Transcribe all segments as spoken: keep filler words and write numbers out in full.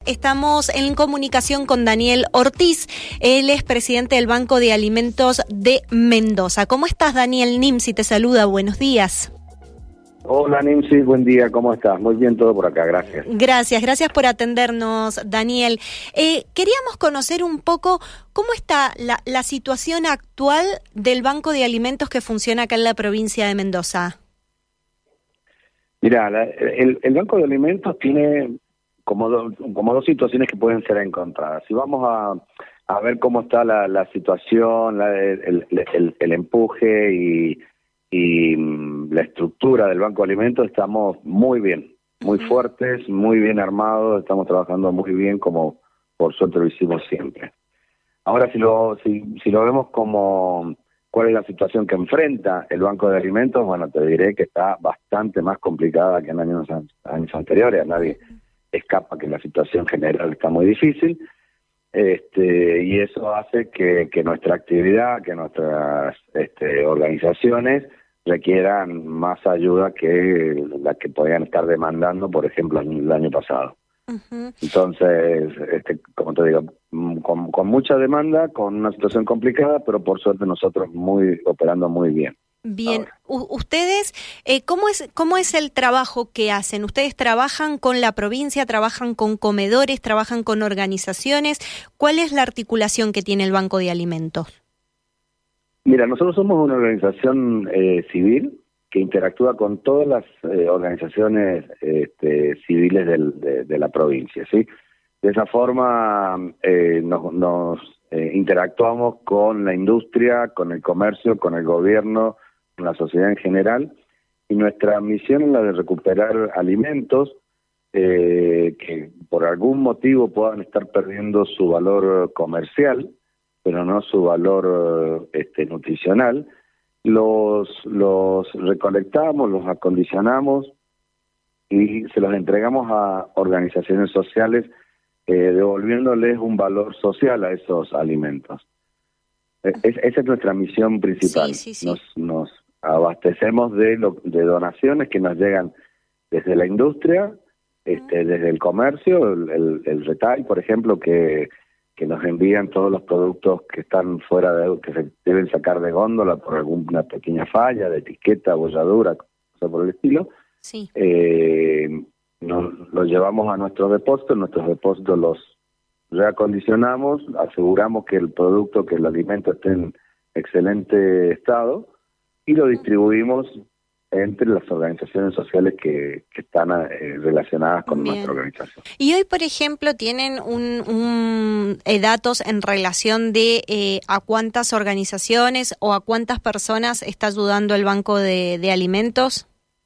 Estamos en comunicación con Daniel Ortiz. Él es presidente del Banco de Alimentos de Mendoza. ¿Cómo estás, Daniel? Nimsi te saluda. Buenos días. Hola, Nimsi. Buen día. ¿Cómo estás? Muy bien todo por acá. Gracias. Gracias. Gracias por atendernos, Daniel. Eh, queríamos conocer un poco cómo está la, la situación actual del Banco de Alimentos que funciona acá en la provincia de Mendoza. Mira, la, el, el Banco de Alimentos tiene como, do, como dos situaciones que pueden ser encontradas. Si vamos a, a ver cómo está la, la situación, la, el, el, el, el empuje y, y la estructura del Banco de Alimentos, estamos muy bien, muy uh-huh. fuertes, muy bien armados, estamos trabajando muy bien como por suerte lo hicimos siempre. Ahora, si lo, si, si lo vemos como cuál es la situación que enfrenta el Banco de Alimentos, bueno, te diré que está bastante más complicada que en años, años anteriores. A nadie escapa que la situación general está muy difícil, este, y eso hace que, que nuestra actividad, que nuestras este, organizaciones requieran más ayuda que la que podían estar demandando, por ejemplo, el año pasado. Uh-huh. Entonces, este, como te digo, con, con mucha demanda, con una situación complicada, pero por suerte nosotros muy operando muy bien. Bien, U- ustedes, eh, ¿cómo es cómo es el trabajo que hacen? ¿Ustedes trabajan con la provincia, trabajan con comedores, trabajan con organizaciones? ¿Cuál es la articulación que tiene el Banco de Alimentos? Mira, nosotros somos una organización eh, civil que interactúa con todas las eh, organizaciones este, civiles del, de, de la provincia, ¿sí? De esa forma eh, nos, nos eh, interactuamos con la industria, con el comercio, con el gobierno, con la sociedad en general, y nuestra misión es la de recuperar alimentos eh, que por algún motivo puedan estar perdiendo su valor comercial, pero no su valor este, nutricional. Los, los recolectamos, los acondicionamos y se los entregamos a organizaciones sociales, eh, devolviéndoles un valor social a esos alimentos. Es, esa es nuestra misión principal. Sí, sí, sí. Nos, nos abastecemos de, lo, de donaciones que nos llegan desde la industria, este, desde el comercio, el, el, el retail, por ejemplo, que que nos envían todos los productos que están fuera de, que se deben sacar de góndola por alguna pequeña falla, de etiqueta, bolladura, cosa por el estilo. Sí. Eh, nos, los llevamos a nuestros depósitos, nuestros depósitos los reacondicionamos, aseguramos que el producto, que el alimento esté en excelente estado y lo distribuimos entre las organizaciones sociales que, que están eh, relacionadas con Bien. nuestra organización. Y hoy, por ejemplo, ¿tienen un, un eh, datos en relación de eh, a cuántas organizaciones o a cuántas personas está ayudando el Banco de, de Alimentos?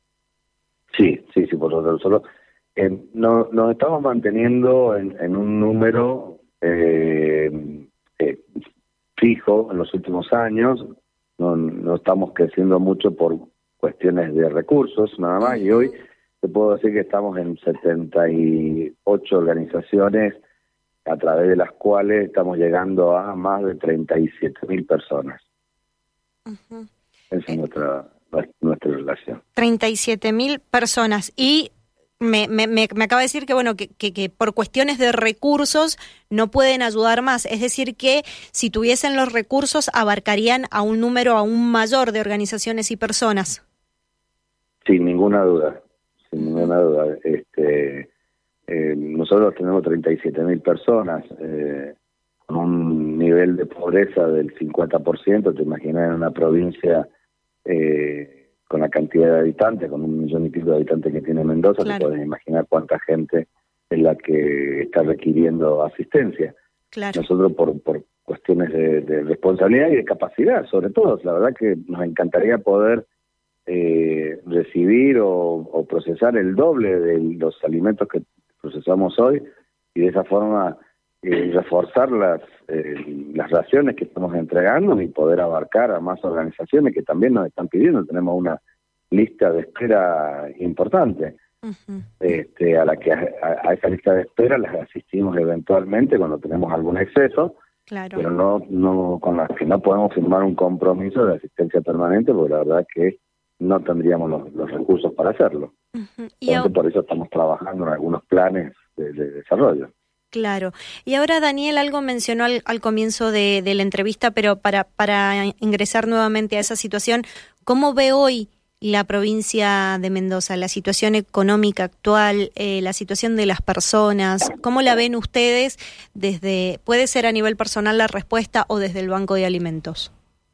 Sí, sí, sí, por lo solo. Eh, no, nos estamos manteniendo en, en un número eh, eh, fijo en los últimos años. No, no estamos creciendo mucho por cuestiones de recursos, nada más, y hoy te puedo decir que estamos en setenta y ocho organizaciones a través de las cuales estamos llegando a más de treinta y siete mil personas. Uh-huh. Esa es eh, nuestra, nuestra relación. treinta y siete mil personas, y me, me, me, me acaba de decir que, bueno, que, que, que por cuestiones de recursos no pueden ayudar más, es decir que si tuviesen los recursos abarcarían a un número aún mayor de organizaciones y personas. Sin ninguna duda, sin ninguna duda. Este, eh, nosotros tenemos treinta y siete mil personas, eh, con un nivel de pobreza del cincuenta por ciento. Te imaginas en una provincia eh, con la cantidad de habitantes, con un millón y pico de habitantes que tiene Mendoza, claro. Te puedes imaginar cuánta gente es la que está requiriendo asistencia. Claro. Nosotros por, por cuestiones de, de responsabilidad y de capacidad, sobre todo, la verdad que nos encantaría poder Eh, recibir o, o procesar el doble de los alimentos que procesamos hoy y de esa forma eh, reforzar las eh, las raciones que estamos entregando y poder abarcar a más organizaciones que también nos están pidiendo. Tenemos una lista de espera importante, uh-huh. este, a la que a, a esa lista de espera las asistimos eventualmente cuando tenemos algún exceso. Claro. Pero no no con las que no podemos firmar un compromiso de asistencia permanente, porque la verdad que no tendríamos los, los recursos para hacerlo. Uh-huh. Y Entonces, por eso estamos trabajando en algunos planes de, de desarrollo. Claro. Y ahora Daniel algo mencionó al, al comienzo de, de la entrevista, pero para, para ingresar nuevamente a esa situación, ¿cómo ve hoy la provincia de Mendoza, la situación económica actual, eh, la situación de las personas? ¿Cómo la ven ustedes desde, puede ser a nivel personal la respuesta o desde el Banco de Alimentos?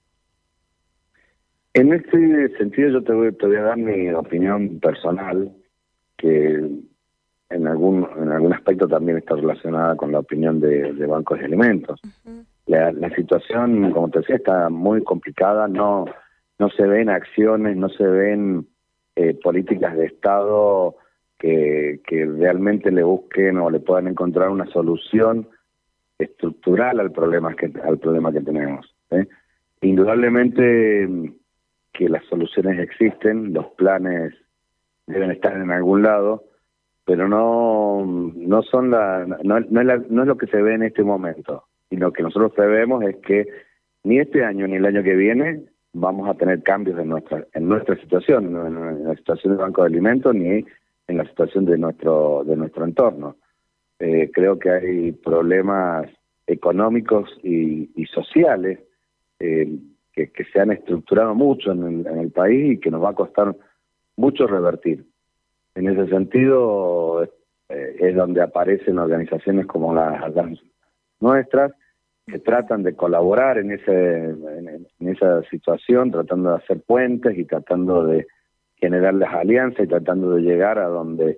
En este sentido yo te voy, te voy a dar mi opinión personal, que en algún en algún aspecto también está relacionada con la opinión de, de bancos de alimentos. Uh-huh. La, la situación, como te decía, está muy complicada, no no se ven acciones, no se ven eh, políticas de Estado que, que realmente le busquen o le puedan encontrar una solución estructural al problema que al problema que tenemos, ¿eh? Indudablemente que las soluciones existen, los planes deben estar en algún lado, pero no no son la no, no, es la, no es lo que se ve en este momento. Y lo que nosotros prevemos es que ni este año ni el año que viene vamos a tener cambios en nuestra en nuestra situación, no en la situación del Banco de Alimentos ni en la situación de nuestro de nuestro entorno. Eh, creo que hay problemas económicos y, y sociales eh, que, que se han estructurado mucho en el, en el país y que nos va a costar mucho revertir. En ese sentido eh, es donde aparecen organizaciones como las, las nuestras, que tratan de colaborar en ese en, en esa situación, tratando de hacer puentes y tratando de generar las alianzas y tratando de llegar a donde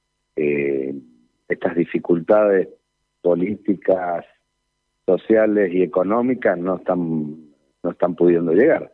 eh, estas dificultades políticas, sociales y económicas no están no están pudiendo llegar.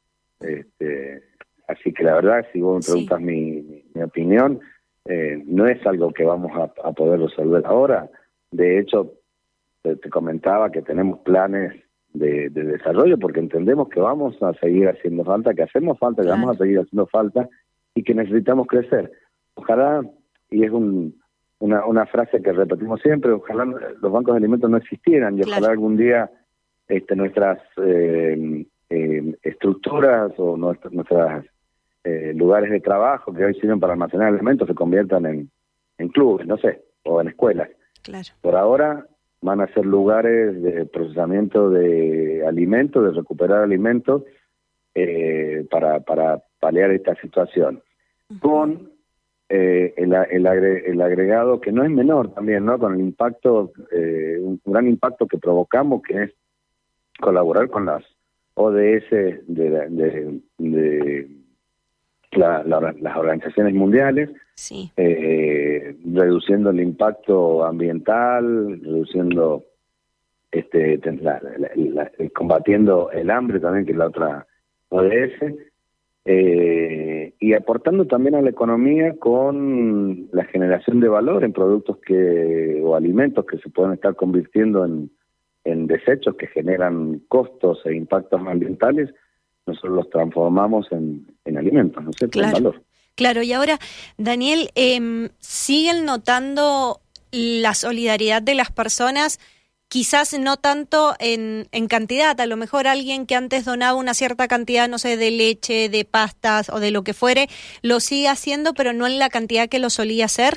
Este, así que la verdad, si vos me preguntas sí. mi, mi, mi opinión, eh, no es algo que vamos a, a poder resolver ahora. De hecho, te, te comentaba que tenemos planes de, de desarrollo porque entendemos que vamos a seguir haciendo falta, que hacemos falta, que claro. vamos a seguir haciendo falta y que necesitamos crecer. Ojalá, y es un, una, una frase que repetimos siempre, ojalá los bancos de alimentos no existieran y claro. ojalá algún día este, nuestras eh, eh, estructuras o nuestras, nuestras eh, lugares de trabajo que hoy sirven para almacenar alimentos se conviertan en, en clubes, no sé, o en escuelas. Claro. Por ahora van a ser lugares de procesamiento de alimentos, de recuperar alimentos eh, para, para paliar esta situación. Uh-huh. Con eh, el, el, agre, el agregado que no es menor también, ¿no? Con el impacto, eh, un gran impacto que provocamos, que es colaborar con las O D S de, de, de, de la, la, las organizaciones mundiales, sí. eh, reduciendo el impacto ambiental, reduciendo, este, la, la, la, combatiendo el hambre también, que es la otra O D S, eh, y aportando también a la economía con la generación de valor en productos que o alimentos que se pueden estar convirtiendo en en desechos que generan costos e impactos ambientales, nosotros los transformamos en, en alimentos, ¿no es cierto? Claro, en valor. Claro, y ahora, Daniel, eh, ¿siguen notando la solidaridad de las personas? Quizás no tanto en, en cantidad, a lo mejor alguien que antes donaba una cierta cantidad, no sé, de leche, de pastas o de lo que fuere, lo sigue haciendo, pero no en la cantidad que lo solía hacer.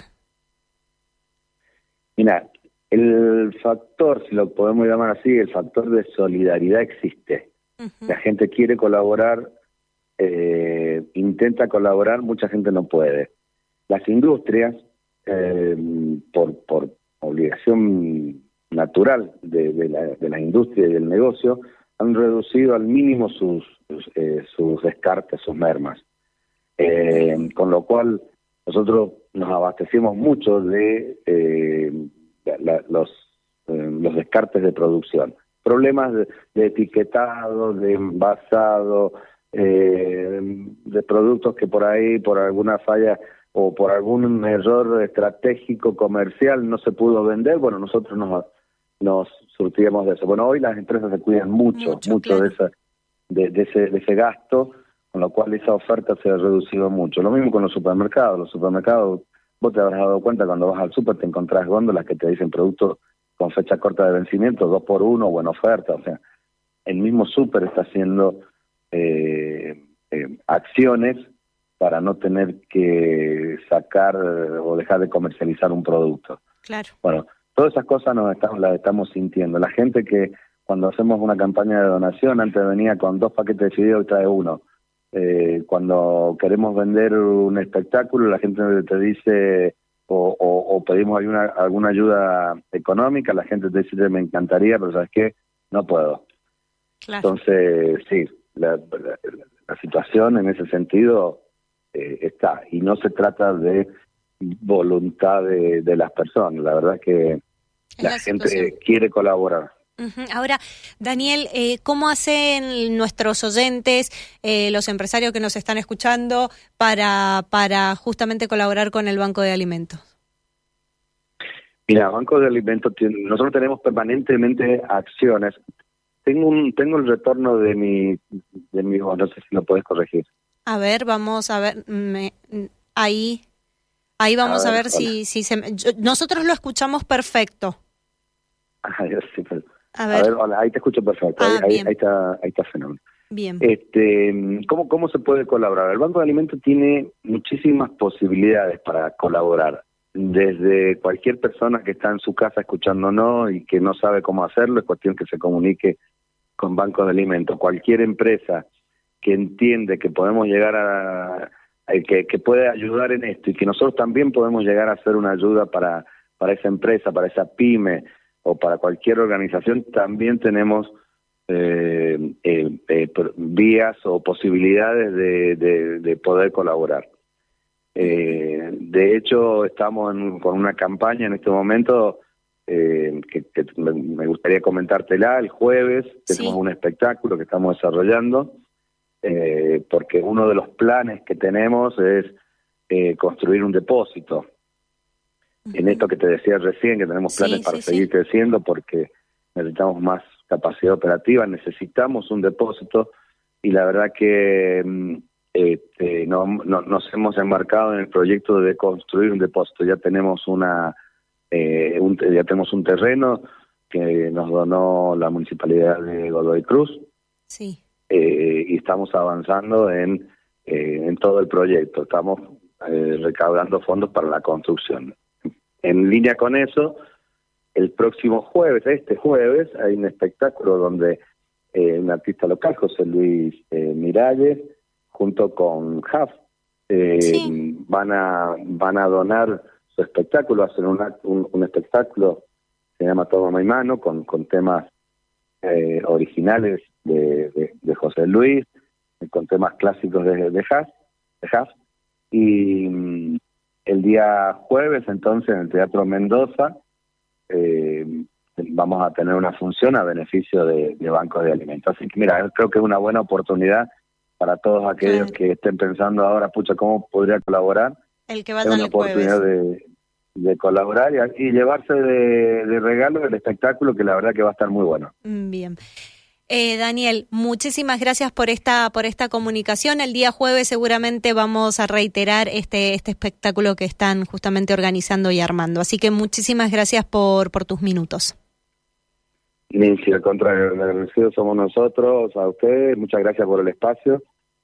Mira, el factor, si lo podemos llamar así, el factor de solidaridad existe. Uh-huh. La gente quiere colaborar, eh, intenta colaborar, mucha gente no puede. Las industrias, eh, por, por obligación natural de, de, la, de la industria y del negocio, han reducido al mínimo sus, sus, eh, sus descartes, sus mermas. Eh, con lo cual, nosotros nos abastecemos mucho de... Eh, La, los, eh, los descartes de producción, problemas de, de etiquetado, de envasado, eh, de productos que por ahí, por alguna falla o por algún error estratégico comercial no se pudo vender, bueno, nosotros nos, nos surtíamos de eso. Bueno, hoy las empresas se cuidan mucho, mucho, mucho claro. de, esa, de, de, ese, de ese gasto, con lo cual esa oferta se ha reducido mucho. Lo mismo con los supermercados, los supermercados... Vos te habrás dado cuenta cuando vas al súper te encontrás góndolas que te dicen productos con fecha corta de vencimiento, dos por uno o en oferta. O sea, el mismo súper está haciendo eh, eh, acciones para no tener que sacar o dejar de comercializar un producto. Claro. Bueno, todas esas cosas nos estamos, las estamos sintiendo. La gente que cuando hacemos una campaña de donación, antes venía con dos paquetes de fideos y trae uno. Eh, cuando queremos vender un espectáculo, la gente te dice, o, o, o pedimos alguna, alguna ayuda económica, la gente te dice, me encantaría, pero ¿sabes qué? No puedo. Claro. Entonces, sí, la, la, la situación en ese sentido eh, está, y no se trata de voluntad de, de las personas, la verdad que la, la gente situación. quiere colaborar. Uh-huh. Ahora, Daniel, eh, ¿cómo hacen nuestros oyentes, eh, los empresarios que nos están escuchando, para, para justamente colaborar con el Banco de Alimentos? Mira, Banco de Alimentos, tiene, nosotros tenemos permanentemente acciones. Tengo un tengo el retorno de mi, de mi no sé si lo puedes corregir. A ver, vamos a ver, me, ahí, ahí vamos a ver, a ver si, si se, yo, nosotros lo escuchamos perfecto. Ah, yo sí, pero... A ver. A ver, hola, ahí te escucho perfecto, ah, ahí, ahí, ahí está ahí está fenómeno. Bien. Este, ¿cómo, ¿Cómo se puede colaborar? El Banco de Alimentos tiene muchísimas posibilidades para colaborar, desde cualquier persona que está en su casa escuchándonos y que no sabe cómo hacerlo, es cuestión que se comunique con Banco de Alimentos. Cualquier empresa que entiende que podemos llegar a, a que, que puede ayudar en esto y que nosotros también podemos llegar a hacer una ayuda para, para esa empresa, para esa pyme, o para cualquier organización, también tenemos eh, eh, eh, vías o posibilidades de, de, de poder colaborar. Eh, de hecho, estamos en, con una campaña en este momento eh, que, que me, me gustaría comentártela. El jueves tenemos sí. un espectáculo que estamos desarrollando, eh, porque uno de los planes que tenemos es eh, construir un depósito. En esto que te decía recién, que tenemos planes sí, para sí, seguir sí. creciendo porque necesitamos más capacidad operativa, necesitamos un depósito y la verdad que este, no, no, nos hemos embarcado en el proyecto de construir un depósito. Ya tenemos una eh, un, ya tenemos un terreno que nos donó la Municipalidad de Godoy Cruz sí. eh, y estamos avanzando en, eh, en todo el proyecto. Estamos eh, recaudando fondos para la construcción. En línea con eso, el próximo jueves, este jueves, hay un espectáculo donde eh, un artista local, José Luis eh, Miralles, junto con Jaf, eh, sí. van a van a donar su espectáculo, hacen una, un, un espectáculo que se llama Toma mi mano, con, con temas eh, originales de, de, de José Luis, con temas clásicos de, de Jaf, de Jaf, y el día jueves, entonces, en el Teatro Mendoza, eh, vamos a tener una función a beneficio de, de Banco de Alimentos. Así que, mira, creo que es una buena oportunidad para todos aquellos claro. que estén pensando ahora, pucha, ¿cómo podría colaborar? El que vaya es una el oportunidad de, de colaborar y, y llevarse de, de regalo el espectáculo, que la verdad que va a estar muy bueno. Bien. Eh, Daniel, muchísimas gracias por esta por esta comunicación. El día jueves seguramente vamos a reiterar este este espectáculo que están justamente organizando y armando. Así que muchísimas gracias por por tus minutos. Nancy, al contrario, el agradecido somos nosotros, a ustedes. Muchas gracias por el espacio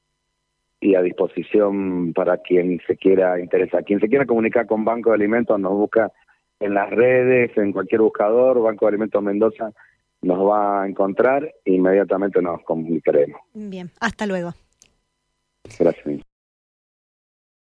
y a disposición para quien se quiera interesar. Quien se quiera comunicar con Banco de Alimentos nos busca en las redes, en cualquier buscador, Banco de Alimentos Mendoza nos va a encontrar e inmediatamente nos comunicaremos. Bien, hasta luego. Gracias.